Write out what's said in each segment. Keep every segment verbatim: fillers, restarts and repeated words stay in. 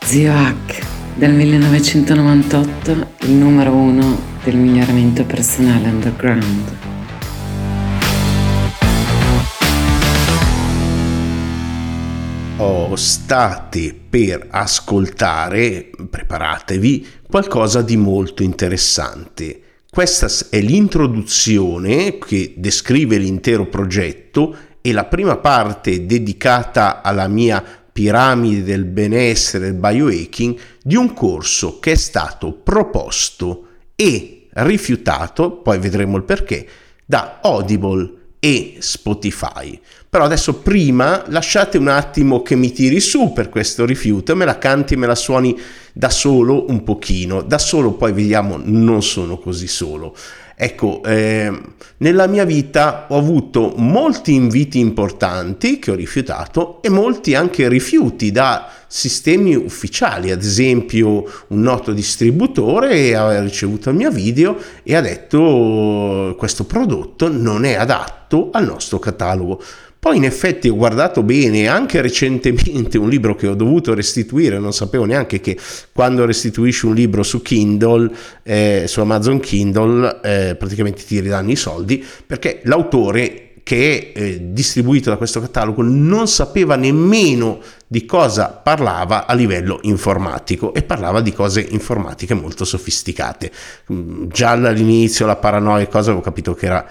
Zio Hack, del millenovecentonovantotto, il numero uno del miglioramento personale underground. Oh, state per ascoltare, preparatevi, qualcosa di molto interessante. Questa è l'introduzione che descrive l'intero progetto e la prima parte dedicata alla mia piramide del benessere, il biohacking, di un corso che è stato proposto e rifiutato, poi vedremo il perché, da Audible e Spotify. Però adesso prima lasciate un attimo che mi tiri su per questo rifiuto e me la canti, me la suoni da solo un pochino. Da solo poi vediamo, non sono così solo. Ecco, eh, nella mia vita ho avuto molti inviti importanti che ho rifiutato e molti anche rifiuti da sistemi ufficiali. Ad esempio, un noto distributore ha ricevuto il mio video e ha detto: questo prodotto non è adatto al nostro catalogo. Poi in effetti ho guardato bene, anche recentemente un libro che ho dovuto restituire, non sapevo neanche che quando restituisci un libro su Kindle, eh, su Amazon Kindle, eh, praticamente ti ridanno i soldi, perché l'autore che è eh, distribuito da questo catalogo non sapeva nemmeno di cosa parlava a livello informatico e parlava di cose informatiche molto sofisticate. Già all'inizio la paranoia e cosa avevo capito che era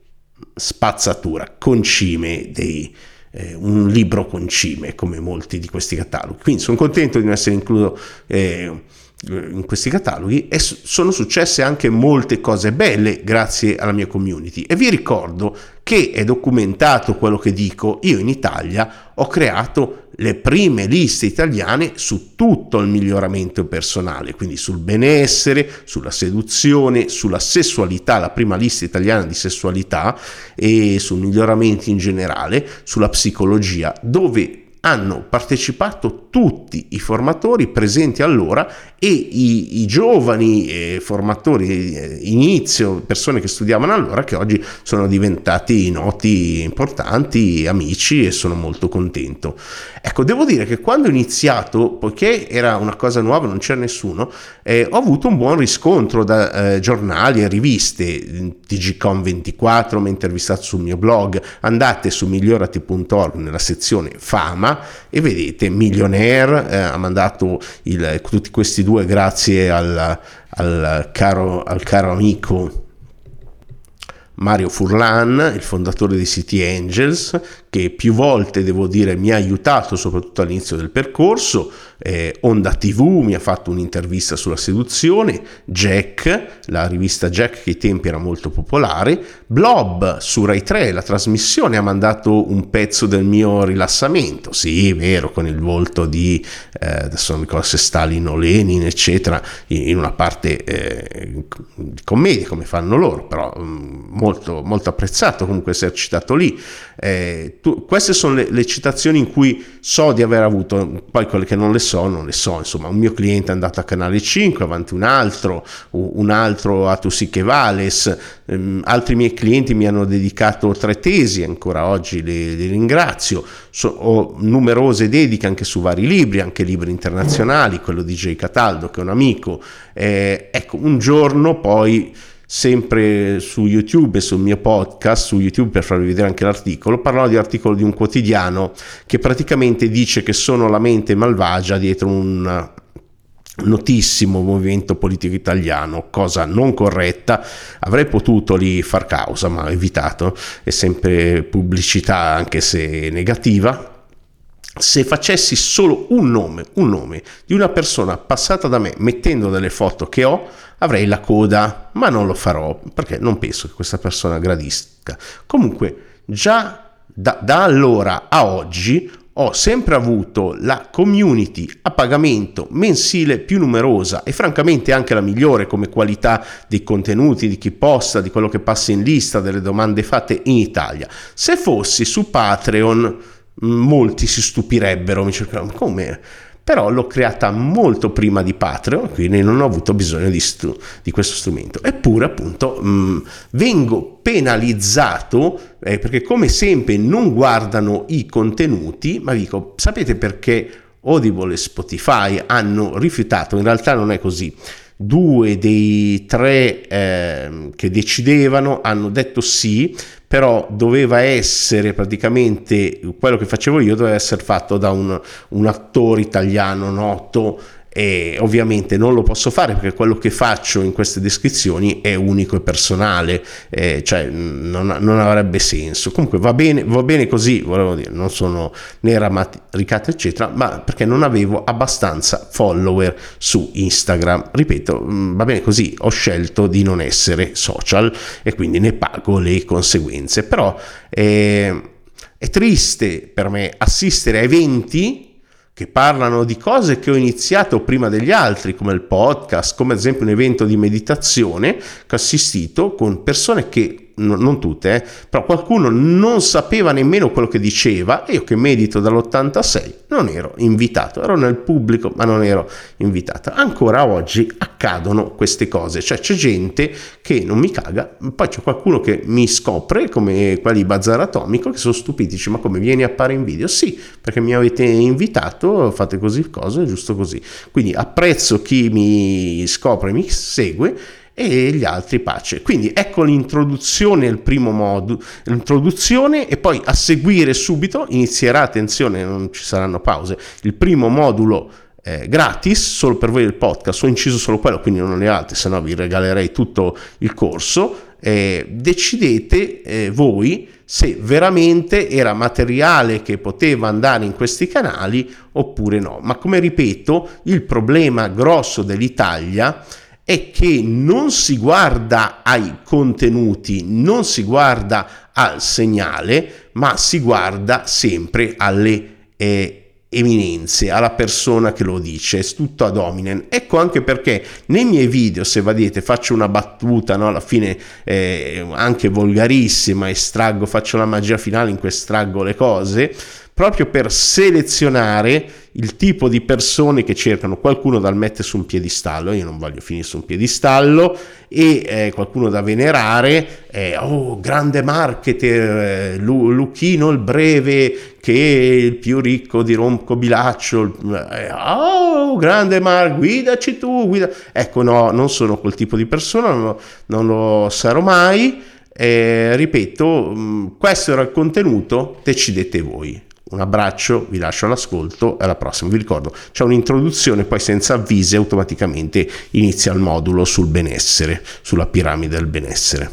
spazzatura, concime dei eh, un libro concime come molti di questi cataloghi. Quindi sono contento di non essere incluso eh, in questi cataloghi e s- sono successe anche molte cose belle grazie alla mia community. E vi ricordo che è documentato quello che dico. Io in Italia ho creato le prime liste italiane su tutto il miglioramento personale, quindi sul benessere, sulla seduzione, sulla sessualità, la prima lista italiana di sessualità e sul miglioramento in generale, sulla psicologia, dove hanno partecipato tutti i formatori presenti allora e i, i giovani eh, formatori eh, inizio, persone che studiavano allora, che oggi sono diventati noti, importanti, amici, e sono molto contento. Ecco, devo dire che quando ho iniziato, poiché era una cosa nuova, non c'era nessuno, eh, ho avuto un buon riscontro da eh, giornali e riviste. T G Com ventiquattro mi ha intervistato sul mio blog, andate su migliorati punto org nella sezione Fama e vedete Millionaire, eh, ha mandato il, tutti questi due grazie al, al, caro, al caro amico Mario Furlan, il fondatore di City Angels, che più volte, devo dire, mi ha aiutato soprattutto all'inizio del percorso. eh, Onda tivù mi ha fatto un'intervista sulla seduzione, Jack, la rivista Jack che ai tempi era molto popolare, Blob su Rai tre, la trasmissione, ha mandato un pezzo del mio rilassamento, sì, vero, con il volto di eh, adesso non mi ricordo se Stalin o Lenin eccetera, in, in una parte eh, di commedia come fanno loro, però um, molto, molto apprezzato comunque essere citato lì. Eh, tu, queste sono le, le citazioni in cui so di aver avuto, poi quelle che non le so non le so, insomma. Un mio cliente è andato a Canale cinque, avanti un altro, un altro a Tu sì che vales, ehm, altri miei clienti mi hanno dedicato tre tesi, ancora oggi li, li ringrazio. So, ho numerose dediche anche su vari libri, anche libri internazionali, quello di Jay Cataldo che è un amico. Eh, ecco, un giorno poi, sempre su YouTube e sul mio podcast, su YouTube per farvi vedere anche l'articolo, parlerò di articolo di un quotidiano che praticamente dice che sono la mente malvagia dietro un notissimo movimento politico italiano, cosa non corretta. Avrei potuto lì far causa, ma ho evitato, è sempre pubblicità anche se negativa. Se facessi solo un nome, un nome di una persona passata da me mettendo delle foto che ho, avrei la coda, ma non lo farò perché non penso che questa persona gradisca. Comunque, già da, da allora a oggi ho sempre avuto la community a pagamento mensile più numerosa e francamente anche la migliore come qualità dei contenuti, di chi posta, di quello che passa in lista, delle domande fatte in Italia. Se fossi su Patreon, molti si stupirebbero, mi cercano come, però l'ho creata molto prima di Patreon, quindi non ho avuto bisogno di, stu- di questo strumento. Eppure appunto mh, vengo penalizzato eh, perché come sempre non guardano i contenuti, ma dico, sapete perché Audible e Spotify hanno rifiutato. In realtà non è così. Due dei tre eh, che decidevano hanno detto sì, però doveva essere praticamente quello che facevo io, doveva essere fatto da un, un attore italiano noto, e ovviamente non lo posso fare perché quello che faccio in queste descrizioni è unico e personale, eh, cioè non, non avrebbe senso. Comunque va bene, va bene così, volevo dire, non sono né rammaricata eccetera, ma perché non avevo abbastanza follower su Instagram. Ripeto, va bene così, ho scelto di non essere social e quindi ne pago le conseguenze. Però eh, è triste per me assistere a eventi che parlano di cose che ho iniziato prima degli altri, come il podcast, come ad esempio un evento di meditazione che ho assistito con persone che, non tutte, eh, però qualcuno non sapeva nemmeno quello che diceva, e io che medito dall'ottantasei non ero invitato, ero nel pubblico ma non ero invitato. Ancora oggi accadono queste cose, cioè c'è gente che non mi caga, poi c'è qualcuno che mi scopre, come quelli di Bazar Atomico, che sono stupiti, dice: ma come, vieni a fare in video? Sì, perché mi avete invitato, fate così cose, giusto così. Quindi apprezzo chi mi scopre, mi segue, e gli altri pace. Quindi ecco l'introduzione, il primo modulo, l'introduzione, e poi a seguire subito inizierà, attenzione, non ci saranno pause, il primo modulo eh, gratis, solo per voi del podcast. Ho inciso solo quello, quindi non le altre, se no vi regalerei tutto il corso. Eh, decidete eh, voi se veramente era materiale che poteva andare in questi canali oppure no. Ma come ripeto, il problema grosso dell'Italia è che non si guarda ai contenuti, non si guarda al segnale, ma si guarda sempre alle eh, eminenze, alla persona che lo dice, è tutto ad hominem. Ecco anche perché nei miei video, se vedete, faccio una battuta, no? Alla fine eh, anche volgarissima, estraggo, faccio la magia finale in cui estraggo le cose, proprio per selezionare il tipo di persone che cercano qualcuno da mettere su un piedistallo. Io non voglio finire su un piedistallo, e eh, qualcuno da venerare, eh, oh, grande marketer, eh, Lu- Luchino il Breve, che è il più ricco di Roncobilaccio, eh, oh, grande Mar, guidaci tu, guida. Ecco, no, non sono quel tipo di persona, non lo, non lo sarò mai. Eh, ripeto, questo era il contenuto, decidete voi. Un abbraccio, vi lascio all'ascolto e alla prossima. Vi ricordo, c'è un'introduzione, poi senza avvisi automaticamente inizia il modulo sul benessere, sulla piramide del benessere.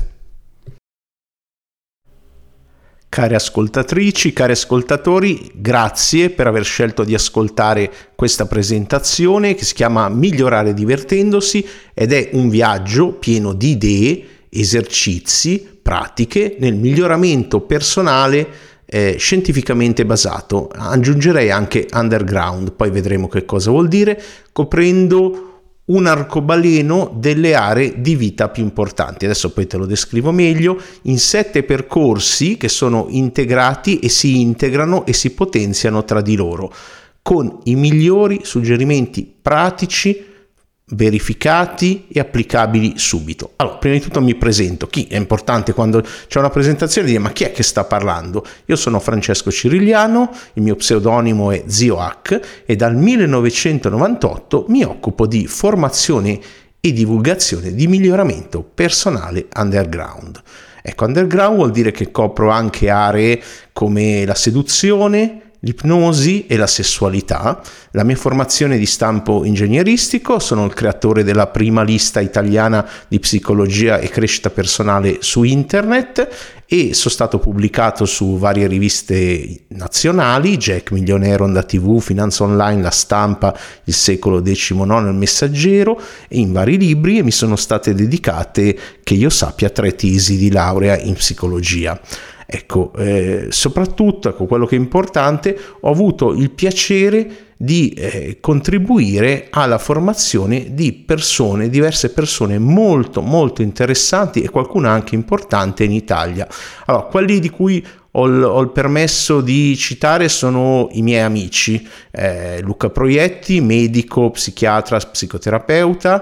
Care ascoltatrici, cari ascoltatori, grazie per aver scelto di ascoltare questa presentazione che si chiama Migliorare divertendosi, ed è un viaggio pieno di idee, esercizi, pratiche nel miglioramento personale Eh, scientificamente basato. Aggiungerei anche underground, poi vedremo che cosa vuol dire, coprendo un arcobaleno delle aree di vita più importanti. Adesso poi te lo descrivo meglio, in sette percorsi che sono integrati e si integrano e si potenziano tra di loro, con i migliori suggerimenti pratici, verificati e applicabili subito. Allora, prima di tutto mi presento. Chi è importante quando c'è una presentazione dire: ma chi è che sta parlando? Io sono Francesco Cirigliano, il mio pseudonimo è Zio H, e dal millenovecentonovantotto mi occupo di formazione e divulgazione di miglioramento personale underground. Ecco, underground vuol dire che copro anche aree come la seduzione, l'ipnosi e la sessualità. La mia formazione è di stampo ingegneristico, sono il creatore della prima lista italiana di psicologia e crescita personale su internet, e sono stato pubblicato su varie riviste nazionali: Jack Milionaire, Onda tivù, Finanza Online, La Stampa, Il Secolo diciannove, Il Messaggero, e in vari libri, e mi sono state dedicate, che io sappia, tre tesi di laurea in psicologia. Ecco, eh, soprattutto, ecco, quello che è importante, ho avuto il piacere di eh, contribuire alla formazione di persone, diverse persone molto molto interessanti, e qualcuna anche importante in Italia. Allora, quelli di cui ho il, ho il permesso di citare sono i miei amici, eh, Luca Proietti, medico, psichiatra, psicoterapeuta,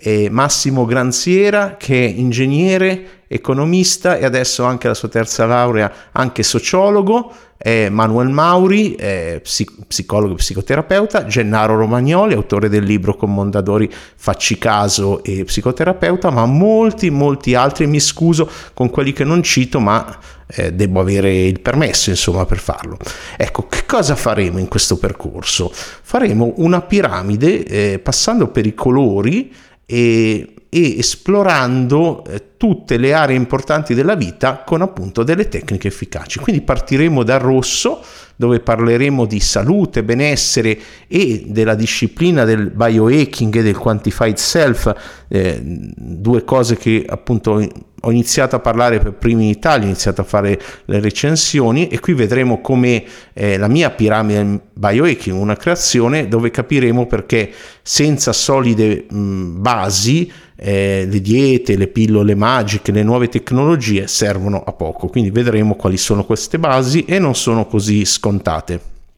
e Massimo Granziera, che è ingegnere, economista e adesso anche la sua terza laurea, anche sociologo, eh, Manuel Mauri, eh, psic- psicologo e psicoterapeuta, Gennaro Romagnoli, autore del libro Con Mondadori Facci Caso e psicoterapeuta, ma molti molti altri. Mi scuso con quelli che non cito, ma eh, devo avere il permesso insomma per farlo. Ecco, che cosa faremo in questo percorso? Faremo una piramide eh, passando per i colori e e esplorando eh, tutte le aree importanti della vita con appunto delle tecniche efficaci. Quindi partiremo dal rosso, dove parleremo di salute, benessere e della disciplina del biohacking e del quantified self, eh, due cose che appunto ho iniziato a parlare per primi in Italia, ho iniziato a fare le recensioni, e qui vedremo come eh, la mia piramide biohacking, una creazione dove capiremo perché senza solide mh, basi eh, le diete, le pillole magiche, le nuove tecnologie servono a poco. Quindi vedremo quali sono queste basi e non sono così scontate.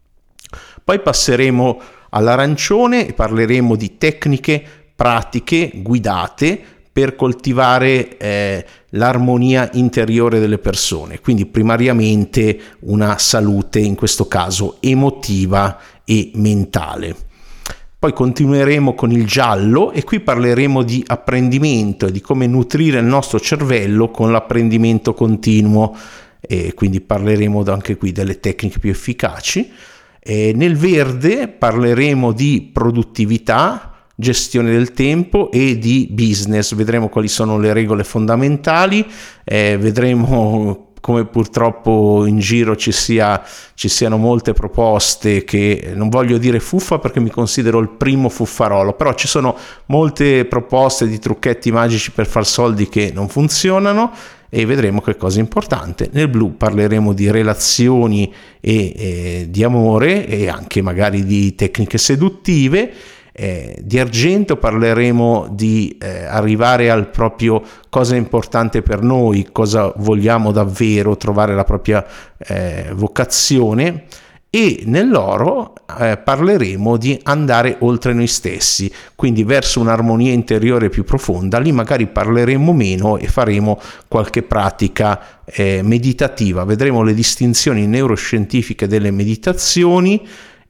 Poi passeremo all'arancione e parleremo di tecniche pratiche guidate per coltivare eh, l'armonia interiore delle persone, quindi primariamente una salute, in questo caso emotiva e mentale. Poi continueremo con il giallo e qui parleremo di apprendimento e di come nutrire il nostro cervello con l'apprendimento continuo, e quindi parleremo anche qui delle tecniche più efficaci. E nel verde parleremo di produttività, gestione del tempo e di business. Vedremo quali sono le regole fondamentali, eh, vedremo come purtroppo in giro ci sia ci siano molte proposte che non voglio dire fuffa perché mi considero il primo fuffarolo, però ci sono molte proposte di trucchetti magici per far soldi che non funzionano, e vedremo che cosa è importante. Nel blu parleremo di relazioni e eh, di amore e anche magari di tecniche seduttive. Eh, di argento parleremo di eh, arrivare al proprio cosa è importante per noi, cosa vogliamo davvero, trovare la propria eh, vocazione, e nell'oro eh, parleremo di andare oltre noi stessi, quindi verso un'armonia interiore più profonda. Lì magari parleremo meno e faremo qualche pratica eh, meditativa, vedremo le distinzioni neuroscientifiche delle meditazioni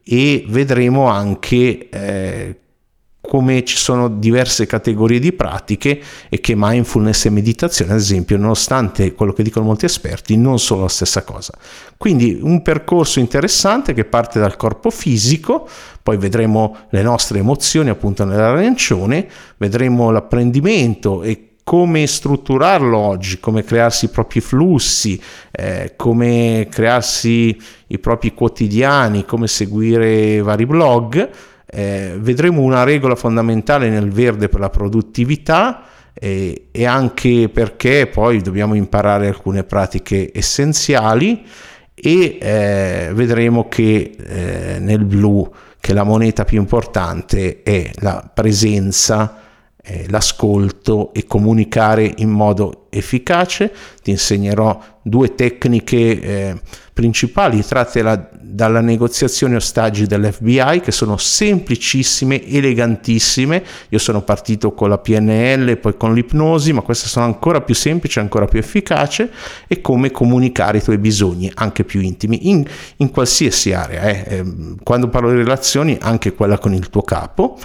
e vedremo anche eh, come ci sono diverse categorie di pratiche e che mindfulness e meditazione, ad esempio, nonostante quello che dicono molti esperti, non sono la stessa cosa. Quindi un percorso interessante che parte dal corpo fisico, poi vedremo le nostre emozioni appunto nell'arancione, vedremo l'apprendimento e come strutturarlo oggi, come crearsi i propri flussi, eh, come crearsi i propri quotidiani, come seguire vari blog. Eh, vedremo una regola fondamentale nel verde per la produttività eh, e anche perché poi dobbiamo imparare alcune pratiche essenziali, e eh, vedremo che eh, nel blu che la moneta più importante è la presenza, eh, l'ascolto e comunicare in modo efficace. Ti insegnerò due tecniche eh, principali tratte la, dalla negoziazione ostaggi dell'F B I, che sono semplicissime, elegantissime. Io sono partito con la P N L e poi con l'ipnosi, ma queste sono ancora più semplici, ancora più efficaci, e come comunicare i tuoi bisogni anche più intimi in, in qualsiasi area, eh. Quando parlo di relazioni, anche quella con il tuo capo.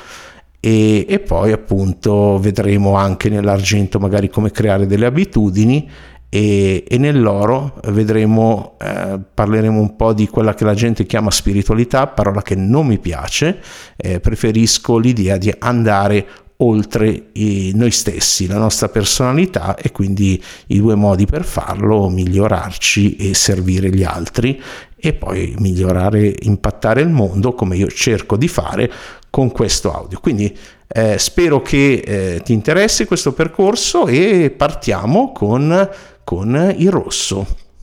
E, e poi appunto vedremo anche nell'argento magari come creare delle abitudini, e, e nell'oro vedremo eh, parleremo un po' di quella che la gente chiama spiritualità, parola che non mi piace. Eh, preferisco l'idea di andare oltre i, noi stessi, la nostra personalità, e quindi i due modi per farlo: migliorarci e servire gli altri, e poi migliorare, impattare il mondo, come io cerco di fare con questo audio. Quindi eh, spero che eh, ti interessi questo percorso, e partiamo con, con il rosso.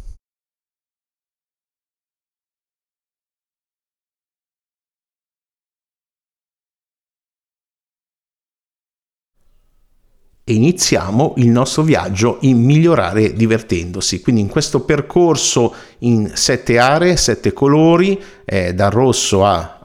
E iniziamo il nostro viaggio in migliorare divertendosi. Quindi in questo percorso in sette aree, sette colori, eh, dal rosso a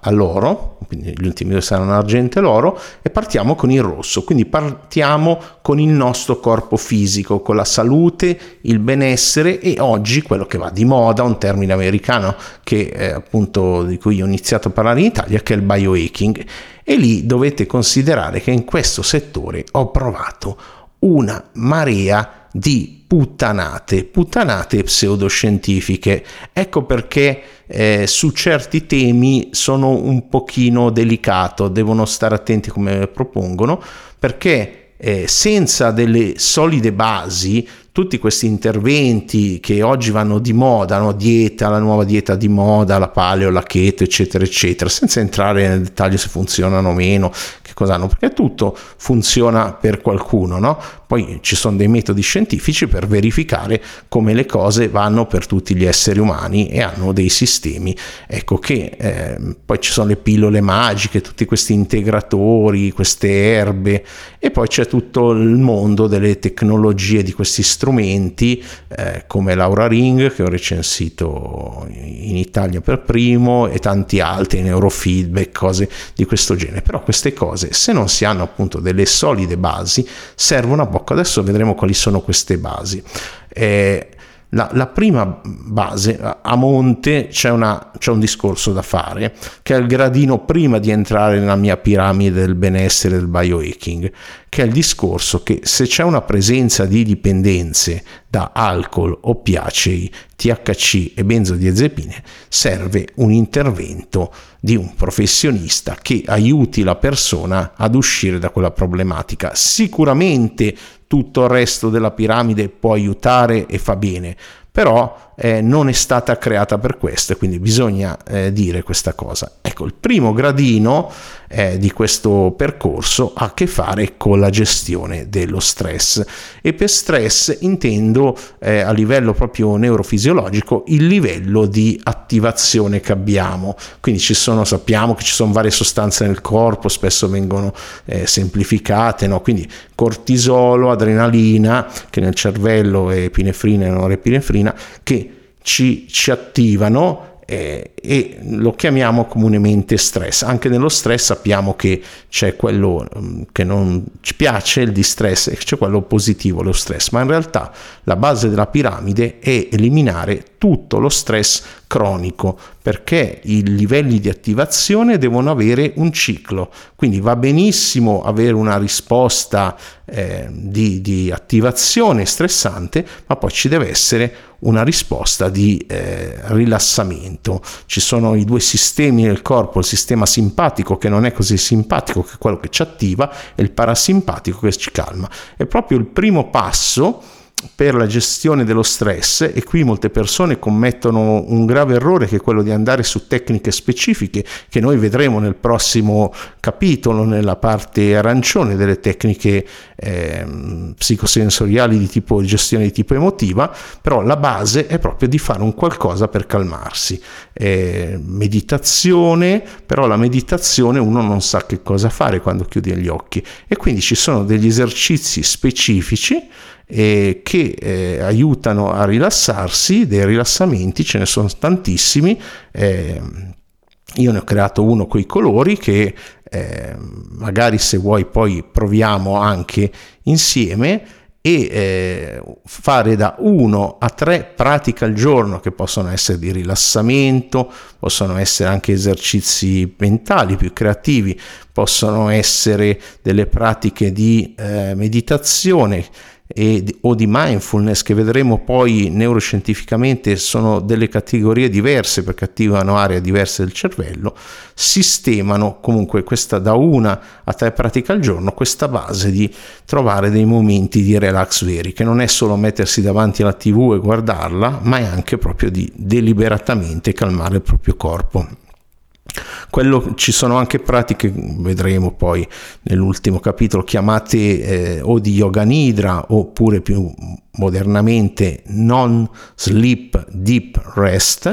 all'oro, quindi gli ultimi due saranno argento e l'oro, e partiamo con il rosso, quindi partiamo con il nostro corpo fisico, con la salute, il benessere e oggi quello che va di moda, un termine americano che eh, appunto di cui ho iniziato a parlare in Italia, che è il biohacking, e lì dovete considerare che in questo settore ho provato una marea di puttanate, puttanate pseudoscientifiche. Ecco perché eh, su certi temi sono un pochino delicato, devono stare attenti come propongono, perché eh, senza delle solide basi tutti questi interventi che oggi vanno di moda, no? Dieta, la nuova dieta di moda, la paleo, la keto, eccetera eccetera, senza entrare nel dettaglio se funzionano o meno, che cosa hanno, perché tutto funziona per qualcuno, no? Poi ci sono dei metodi scientifici per verificare come le cose vanno per tutti gli esseri umani e hanno dei sistemi. Ecco che eh, poi ci sono le pillole magiche, tutti questi integratori, queste erbe, e poi c'è tutto il mondo delle tecnologie, di questi strumenti eh, come l'Aura Ring, che ho recensito in Italia per primo, e tanti altri, neurofeedback, cose di questo genere. Però queste cose, se non si hanno appunto delle solide basi, servono a poco. Adesso vedremo quali sono queste basi. Eh, La, la prima base, a monte c'è, una, c'è un discorso da fare, che è il gradino prima di entrare nella mia piramide del benessere del biohacking, che è il discorso che se c'è una presenza di dipendenze da alcol, oppiacei, T H C e benzodiazepine, serve un intervento di un professionista che aiuti la persona ad uscire da quella problematica. Sicuramente tutto il resto della piramide può aiutare e fa bene, però eh, non è stata creata per questo, quindi bisogna eh, dire questa cosa. Ecco, il primo gradino eh, di questo percorso ha a che fare con la gestione dello stress, e per stress intendo eh, a livello proprio neurofisiologico il livello di attivazione che abbiamo. Quindi ci sono, sappiamo che ci sono varie sostanze nel corpo, spesso vengono eh, semplificate, no? Quindi cortisolo, adrenalina, che nel cervello è epinefrina e norepinefrina, che ci, ci attivano eh, e lo chiamiamo comunemente stress. Anche nello stress sappiamo che c'è quello che non ci piace, il distress, e c'è quello positivo, lo stress, ma in realtà la base della piramide è eliminare tutto lo stress cronico, perché i livelli di attivazione devono avere un ciclo. Quindi va benissimo avere una risposta eh, di, di attivazione stressante, ma poi ci deve essere una risposta di eh, rilassamento. Ci sono i due sistemi nel corpo, il sistema simpatico, che non è così simpatico, che è quello che ci attiva, e il parasimpatico, che ci calma. È proprio il primo passo per la gestione dello stress, e qui molte persone commettono un grave errore, che è quello di andare su tecniche specifiche, che noi vedremo nel prossimo capitolo, nella parte arancione delle tecniche eh, psicosensoriali di tipo di gestione di tipo emotiva. Però la base è proprio di fare un qualcosa per calmarsi, eh, meditazione, però la meditazione uno non sa che cosa fare quando chiude gli occhi, e quindi ci sono degli esercizi specifici Eh, che eh, aiutano a rilassarsi. Dei rilassamenti ce ne sono tantissimi, eh, io ne ho creato uno con i colori che eh, magari, se vuoi, poi proviamo anche insieme, e eh, fare da uno a tre pratiche al giorno, che possono essere di rilassamento, possono essere anche esercizi mentali più creativi, possono essere delle pratiche di eh, meditazione e, o di mindfulness, che vedremo poi neuroscientificamente sono delle categorie diverse perché attivano aree diverse del cervello. Sistemano comunque questa da una a tre pratiche al giorno, questa base di trovare dei momenti di relax veri, che non è solo mettersi davanti alla tivù e guardarla, ma è anche proprio di deliberatamente calmare il proprio corpo. Quello, ci sono anche pratiche, vedremo poi nell'ultimo capitolo, chiamate eh, o di yoga nidra, oppure più modernamente non sleep deep rest,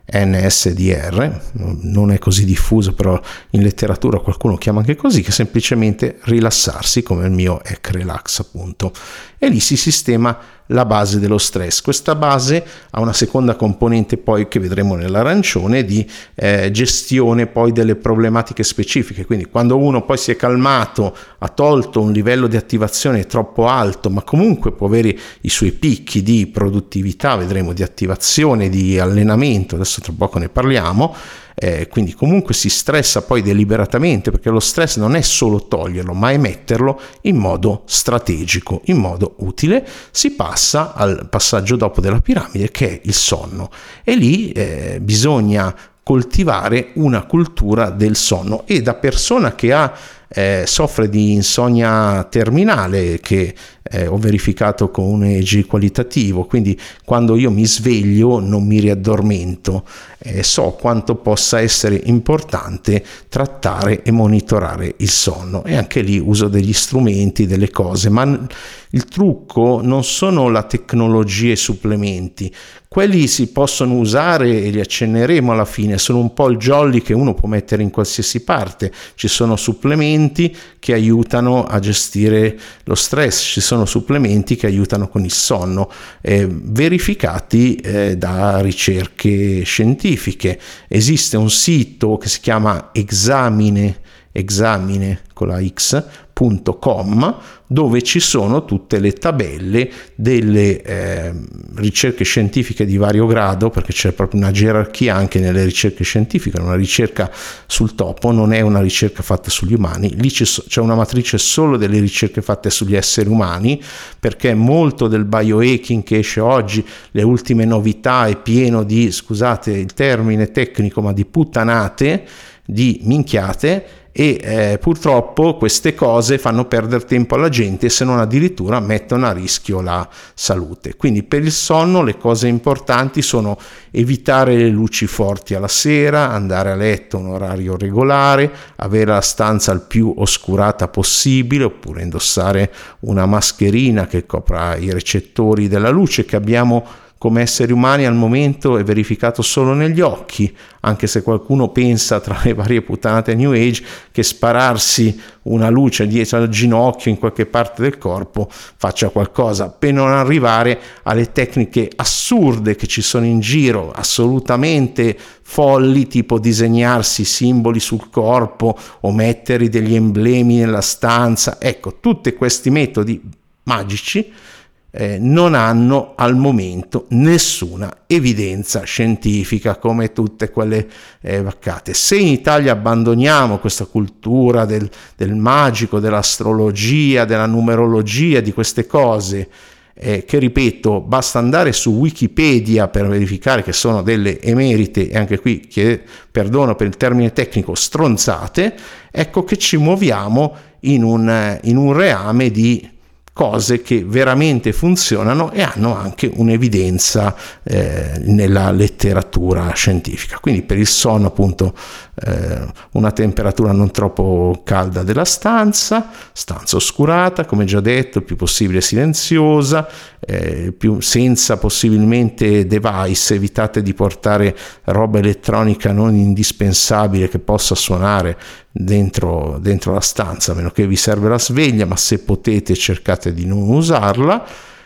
N S D R, non è così diffuso, però in letteratura qualcuno chiama anche così, che è semplicemente rilassarsi, come il mio E C Relax appunto, e lì si sistema la base dello stress. Questa base ha una seconda componente poi che vedremo nell'arancione di eh, gestione poi delle problematiche specifiche, quindi quando uno poi si è calmato, ha tolto un livello di attivazione troppo alto, ma comunque può avere i suoi picchi di produttività, vedremo di attivazione, di allenamento, adesso tra poco ne parliamo, eh, quindi comunque si stressa poi deliberatamente, perché lo stress non è solo toglierlo, ma è metterlo in modo strategico, in modo utile. Si passa al passaggio dopo della piramide, che è il sonno, e lì eh, bisogna coltivare una cultura del sonno, e da persona che ha eh, soffre di insonnia terminale, che eh, ho verificato con un E E G qualitativo, quindi quando io mi sveglio non mi riaddormento, eh, so quanto possa essere importante trattare e monitorare il sonno, e anche lì uso degli strumenti, delle cose, ma il trucco non sono la tecnologia e i supplementi. Quelli si possono usare e li accenneremo alla fine, sono un po' il jolly che uno può mettere in qualsiasi parte. Ci sono supplementi che aiutano a gestire lo stress, ci sono supplementi che aiutano con il sonno, eh, verificati eh, da ricerche scientifiche. Esiste un sito che si chiama Examine, Examine con la X punto com, dove ci sono tutte le tabelle delle eh, ricerche scientifiche di vario grado, perché c'è proprio una gerarchia anche nelle ricerche scientifiche. Una ricerca sul topo non è una ricerca fatta sugli umani, lì c'è una matrice solo delle ricerche fatte sugli esseri umani, perché molto del biohacking che esce oggi, le ultime novità, è pieno di, scusate il termine tecnico, ma di puttanate, di minchiate, e eh, purtroppo queste cose fanno perdere tempo alla gente, se non addirittura mettono a rischio la salute. Quindi per il sonno le cose importanti sono evitare le luci forti alla sera, andare a letto a un orario regolare, avere la stanza il più oscurata possibile, oppure indossare una mascherina che copra i recettori della luce che abbiamo come esseri umani al momento è verificato solo negli occhi, anche se qualcuno pensa, tra le varie puttanate New Age, che spararsi una luce dietro al ginocchio in qualche parte del corpo faccia qualcosa, per non arrivare alle tecniche assurde che ci sono in giro, assolutamente folli, tipo disegnarsi simboli sul corpo o mettere degli emblemi nella stanza. Ecco, tutti questi metodi magici Eh, non hanno al momento nessuna evidenza scientifica, come tutte quelle eh, vaccate. Se in Italia abbandoniamo questa cultura del, del magico, dell'astrologia, della numerologia, di queste cose, eh, che ripeto, basta andare su Wikipedia per verificare che sono delle emerite, e anche qui chiedo perdono per il termine tecnico, stronzate, ecco che ci muoviamo in un, in un reame di cose che veramente funzionano e hanno anche un'evidenza eh, nella letteratura scientifica. Quindi per il sonno, appunto, eh, una temperatura non troppo calda della stanza, stanza oscurata, come già detto, il più possibile silenziosa, eh, più, senza possibilmente device, evitate di portare roba elettronica non indispensabile che possa suonare dentro, dentro la stanza, a meno che vi serve la sveglia, ma se potete cercate di non usarla.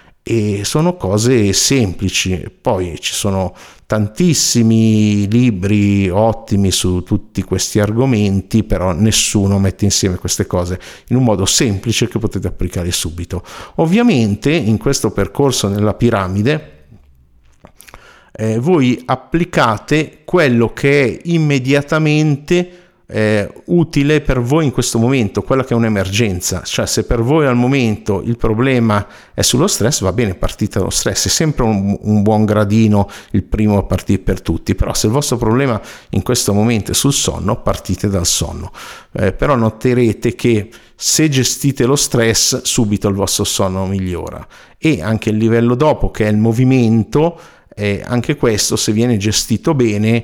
E sono cose semplici. Poi ci sono tantissimi libri ottimi su tutti questi argomenti, però nessuno mette insieme queste cose in un modo semplice che potete applicare subito. Ovviamente in questo percorso nella piramide eh, voi applicate quello che è immediatamente Eh, utile per voi in questo momento, quella che è un'emergenza. Cioè, se per voi al momento il problema è sullo stress, va bene, partite dallo stress, è sempre un, un buon gradino il primo a partire per tutti. Però se il vostro problema in questo momento è sul sonno, partite dal sonno. Eh, però noterete che se gestite lo stress, subito il vostro sonno migliora, e anche il livello dopo, che è il movimento, eh, anche questo, se viene gestito bene,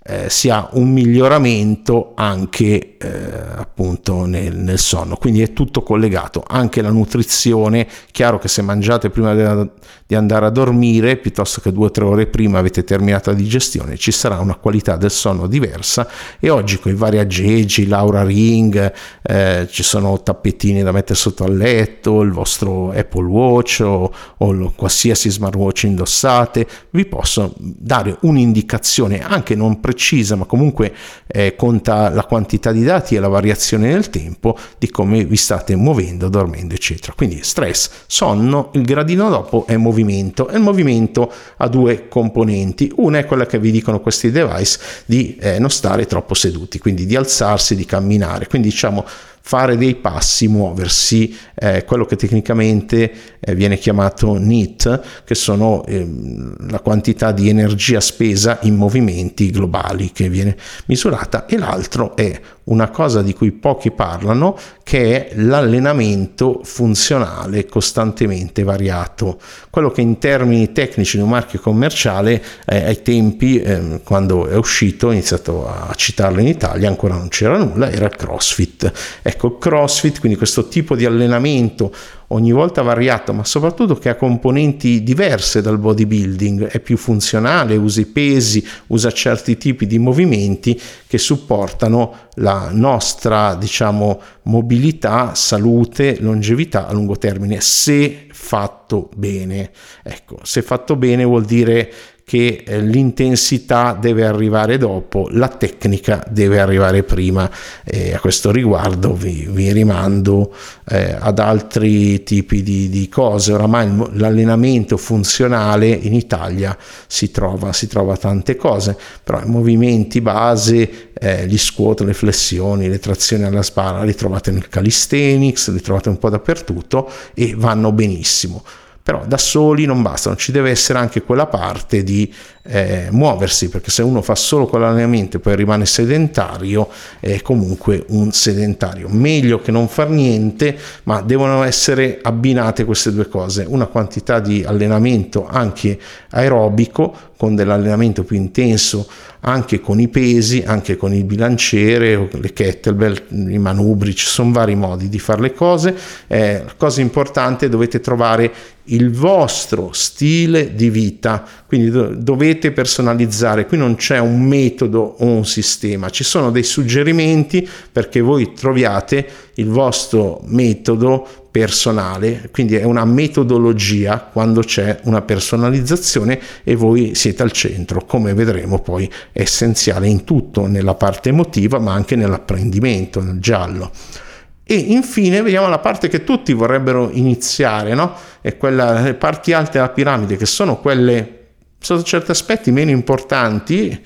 eh, si ha un miglioramento anche eh, appunto nel, nel sonno. Quindi è tutto collegato, anche la nutrizione. Chiaro che se mangiate prima de, di andare a dormire piuttosto che due o tre ore prima avete terminato la digestione, ci sarà una qualità del sonno diversa. E oggi con i vari aggeggi, l'Aura Ring, eh, ci sono tappetini da mettere sotto al letto, il vostro Apple Watch o, o qualsiasi smartwatch indossate vi possono dare un'indicazione anche non precisa, ma comunque eh, conta la quantità di dati e la variazione nel tempo di come vi state muovendo, dormendo, eccetera. Quindi stress, sonno, il gradino dopo è movimento, e il movimento ha due componenti. Una è quella che vi dicono questi device di eh, non stare troppo seduti, quindi di alzarsi, di camminare, quindi diciamo fare dei passi, muoversi, eh, quello che tecnicamente eh, viene chiamato N E T, che sono eh, la quantità di energia spesa in movimenti globali che viene misurata. E l'altro è una cosa di cui pochi parlano, che è l'allenamento funzionale costantemente variato, quello che in termini tecnici di un marchio commerciale eh, ai tempi eh, quando è uscito, ho iniziato a citarlo in Italia, ancora non c'era nulla, era il CrossFit. Ecco, il CrossFit, quindi questo tipo di allenamento ogni volta variato, ma soprattutto che ha componenti diverse dal bodybuilding, è più funzionale, usa i pesi, usa certi tipi di movimenti che supportano la nostra, diciamo, mobilità, salute, longevità a lungo termine, se fatto bene. Ecco, se fatto bene vuol dire che eh, l'intensità deve arrivare dopo, la tecnica deve arrivare prima. E a questo riguardo vi, vi rimando eh, ad altri tipi di, di cose. Oramai il, l'allenamento funzionale in Italia si trova, si trova tante cose, però i movimenti base, eh, gli squat, le flessioni, le trazioni alla spalla, li trovate nel calisthenics, li trovate un po' dappertutto e vanno benissimo. Però da soli non bastano, ci deve essere anche quella parte di eh, muoversi, perché se uno fa solo quell'allenamento e poi rimane sedentario, è comunque un sedentario. Meglio che non far niente, ma devono essere abbinate queste due cose: una quantità di allenamento anche aerobico, con dell'allenamento più intenso anche con i pesi, anche con il bilanciere, le kettlebell, i manubri, ci sono vari modi di fare le cose. Eh, la cosa importante, dovete trovare il vostro stile di vita, quindi do- dovete personalizzare. Qui non c'è un metodo o un sistema, ci sono dei suggerimenti perché voi troviate il vostro metodo personale, quindi è una metodologia quando c'è una personalizzazione e voi siete al centro. Come vedremo poi è essenziale in tutto, nella parte emotiva ma anche nell'apprendimento, nel giallo. E infine vediamo la parte che tutti vorrebbero iniziare, no? È quella, le parti alte della piramide, che sono quelle sotto certi aspetti meno importanti.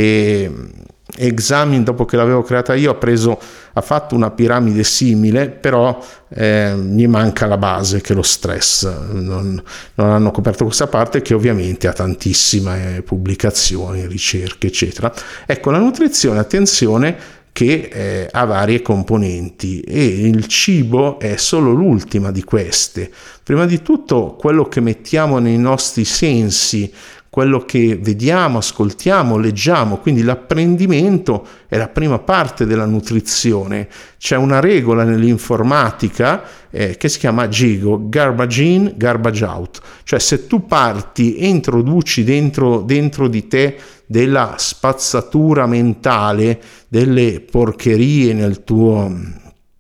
E Examine, dopo che l'avevo creata io, ha preso ha fatto una piramide simile, però eh, gli manca la base, che è lo stress. Non, non hanno coperto questa parte, che ovviamente ha tantissime pubblicazioni, ricerche, eccetera. Ecco, la nutrizione, attenzione, che eh, ha varie componenti, e il cibo è solo l'ultima di queste. Prima di tutto quello che mettiamo nei nostri sensi, quello che vediamo, ascoltiamo, leggiamo, quindi l'apprendimento è la prima parte della nutrizione. C'è una regola nell'informatica eh, che si chiama GIGO, garbage in, garbage out, cioè se tu parti e introduci dentro, dentro di te della spazzatura mentale, delle porcherie nel tuo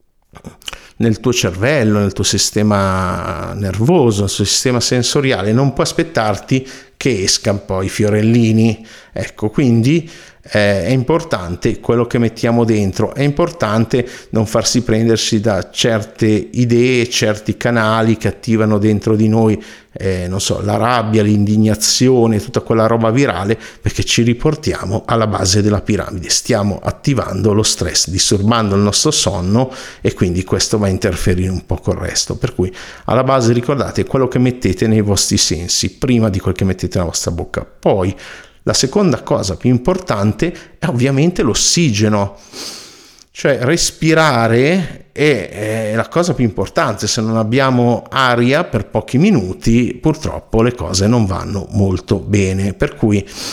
nel tuo cervello, nel tuo sistema nervoso, nel tuo sistema sensoriale, non puoi aspettarti che escano poi i fiorellini. Ecco, quindi eh, è importante quello che mettiamo dentro, è importante non farsi prendersi da certe idee, certi canali che attivano dentro di noi, eh, non so, la rabbia, l'indignazione, tutta quella roba virale, perché ci riportiamo alla base della piramide, stiamo attivando lo stress, disturbando il nostro sonno, e quindi questo va a interferire un po' col resto. Per cui alla base ricordate quello che mettete nei vostri sensi prima di quel che mettete nella vostra bocca. Poi la seconda cosa più importante è ovviamente l'ossigeno, cioè respirare è, è la cosa più importante. Se non abbiamo aria per pochi minuti, purtroppo le cose non vanno molto bene. Per cui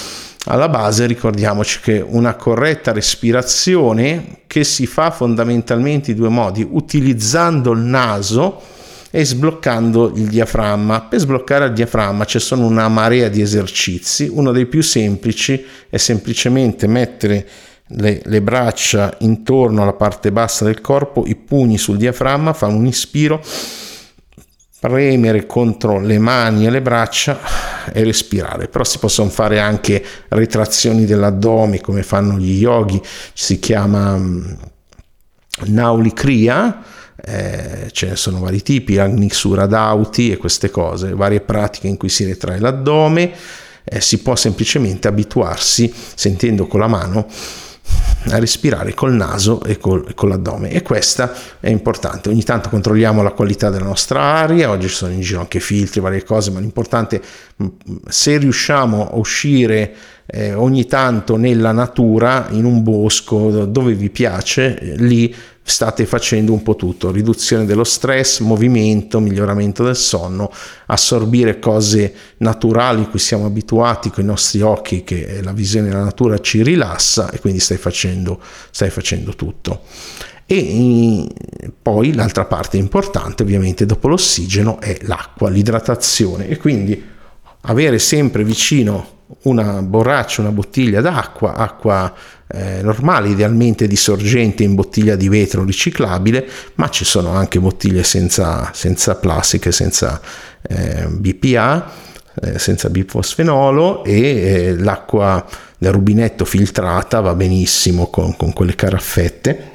Alla base ricordiamoci che una corretta respirazione, che si fa fondamentalmente in due modi, utilizzando il naso e sbloccando il diaframma. Per sbloccare il diaframma ci sono una marea di esercizi. Uno dei più semplici è semplicemente mettere le, le braccia intorno alla parte bassa del corpo, i pugni sul diaframma, fare un ispiro, premere contro le mani e le braccia e respirare. Però si possono fare anche ritrazioni dell'addome come fanno gli yogi, si chiama Nauli Kriya. Eh, ce ne sono vari tipi, Agni Suradauti e queste cose, varie pratiche in cui si ritrae l'addome. Eh, si può semplicemente abituarsi, sentendo con la mano, a respirare col naso e, col, e con l'addome, e questa è importante. Ogni tanto controlliamo la qualità della nostra aria, oggi ci sono in giro anche filtri, varie cose, ma l'importante, se riusciamo a uscire eh, ogni tanto nella natura, in un bosco, dove vi piace, eh, lì state facendo un po' tutto: riduzione dello stress, movimento, miglioramento del sonno, assorbire cose naturali cui siamo abituati con i nostri occhi, che la visione della natura ci rilassa, e quindi stai facendo, stai facendo tutto. E poi l'altra parte importante, ovviamente, dopo l'ossigeno, è l'acqua, l'idratazione, e quindi avere sempre vicino una borraccia, una bottiglia d'acqua, acqua eh, normale, idealmente di sorgente, in bottiglia di vetro riciclabile, ma ci sono anche bottiglie senza, senza plastiche, senza eh, B P A, eh, senza bifosfenolo, e eh, l'acqua del rubinetto filtrata va benissimo con, con quelle caraffette.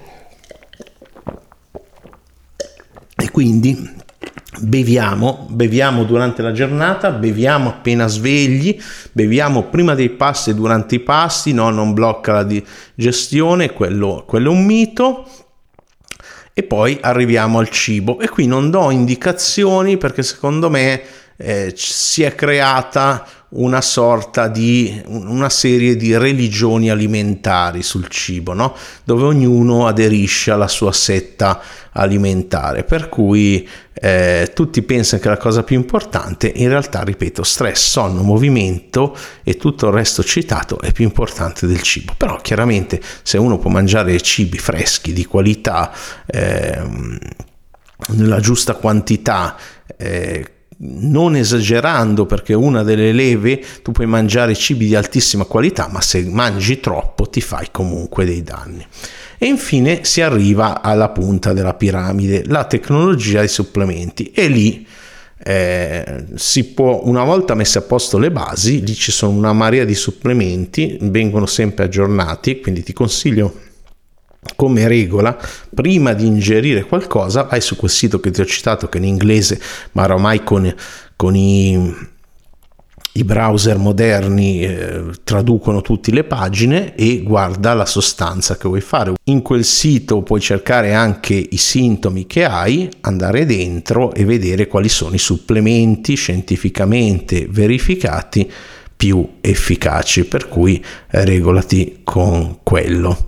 E quindi beviamo, beviamo durante la giornata, beviamo appena svegli, beviamo prima dei pasti e durante i pasti, no, non blocca la digestione, quello, quello è un mito. E poi arriviamo al cibo, e qui non do indicazioni perché secondo me eh, si è creata una sorta di una serie di religioni alimentari sul cibo, no? Dove ognuno aderisce alla sua setta alimentare, per cui eh, tutti pensano che la cosa più importante, in realtà, ripeto, stress, sonno, movimento e tutto il resto citato è più importante del cibo. Però chiaramente, se uno può mangiare cibi freschi di qualità, eh, nella giusta quantità, eh, non esagerando, perché una delle leve, tu puoi mangiare cibi di altissima qualità, ma se mangi troppo ti fai comunque dei danni. E infine si arriva alla punta della piramide, la tecnologia dei supplementi, e lì eh, si può, una volta messe a posto le basi, lì ci sono una marea di supplementi, vengono sempre aggiornati, quindi ti consiglio, come regola, prima di ingerire qualcosa, vai su quel sito che ti ho citato, che è in inglese, ma ormai con, con i, i browser moderni eh, traducono tutte le pagine, e guarda la sostanza che vuoi fare. In quel sito puoi cercare anche i sintomi che hai, andare dentro e vedere quali sono i supplementi scientificamente verificati più efficaci, per cui eh, regolati con quello.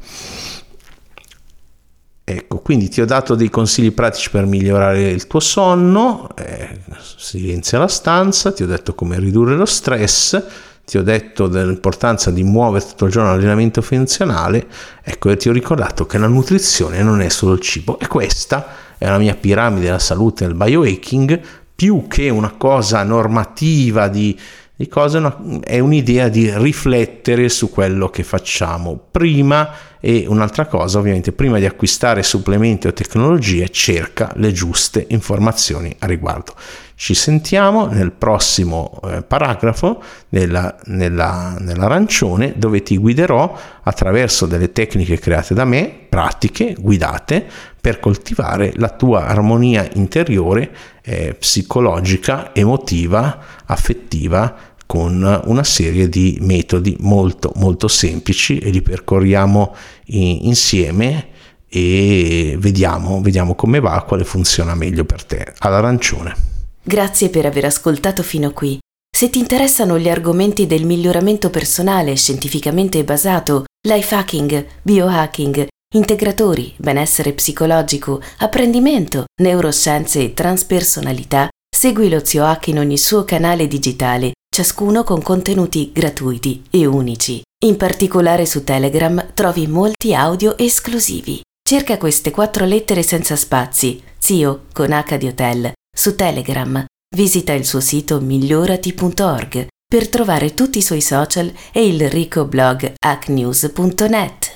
Ecco, quindi ti ho dato dei consigli pratici per migliorare il tuo sonno, eh, silenzia la stanza, ti ho detto come ridurre lo stress, ti ho detto dell'importanza di muovere tutto il giorno all'allenamento funzionale, ecco, e ti ho ricordato che la nutrizione non è solo il cibo, e questa è la mia piramide della salute del biohacking. Più che una cosa normativa di di cose, una, è un'idea di riflettere su quello che facciamo prima. E un'altra cosa, ovviamente, prima di acquistare supplementi o tecnologie, cerca le giuste informazioni a riguardo. Ci sentiamo nel prossimo eh, paragrafo nella, nella, nell'arancione, dove ti guiderò attraverso delle tecniche create da me, pratiche, guidate, per coltivare la tua armonia interiore, eh, psicologica, emotiva, affettiva, con una serie di metodi molto molto semplici, e li percorriamo in, insieme e vediamo, vediamo come va, quale funziona meglio per te. All'arancione. Grazie per aver ascoltato fino qui. Se ti interessano gli argomenti del miglioramento personale scientificamente basato, life hacking, biohacking, integratori, benessere psicologico, apprendimento, neuroscienze e transpersonalità, segui lo Zio Hack in ogni suo canale digitale, ciascuno con contenuti gratuiti e unici. In particolare su Telegram trovi molti audio esclusivi. Cerca queste quattro lettere senza spazi, Zio con H di Hotel, su Telegram. Visita il suo sito migliorati punto org per trovare tutti i suoi social e il ricco blog hack news punto net.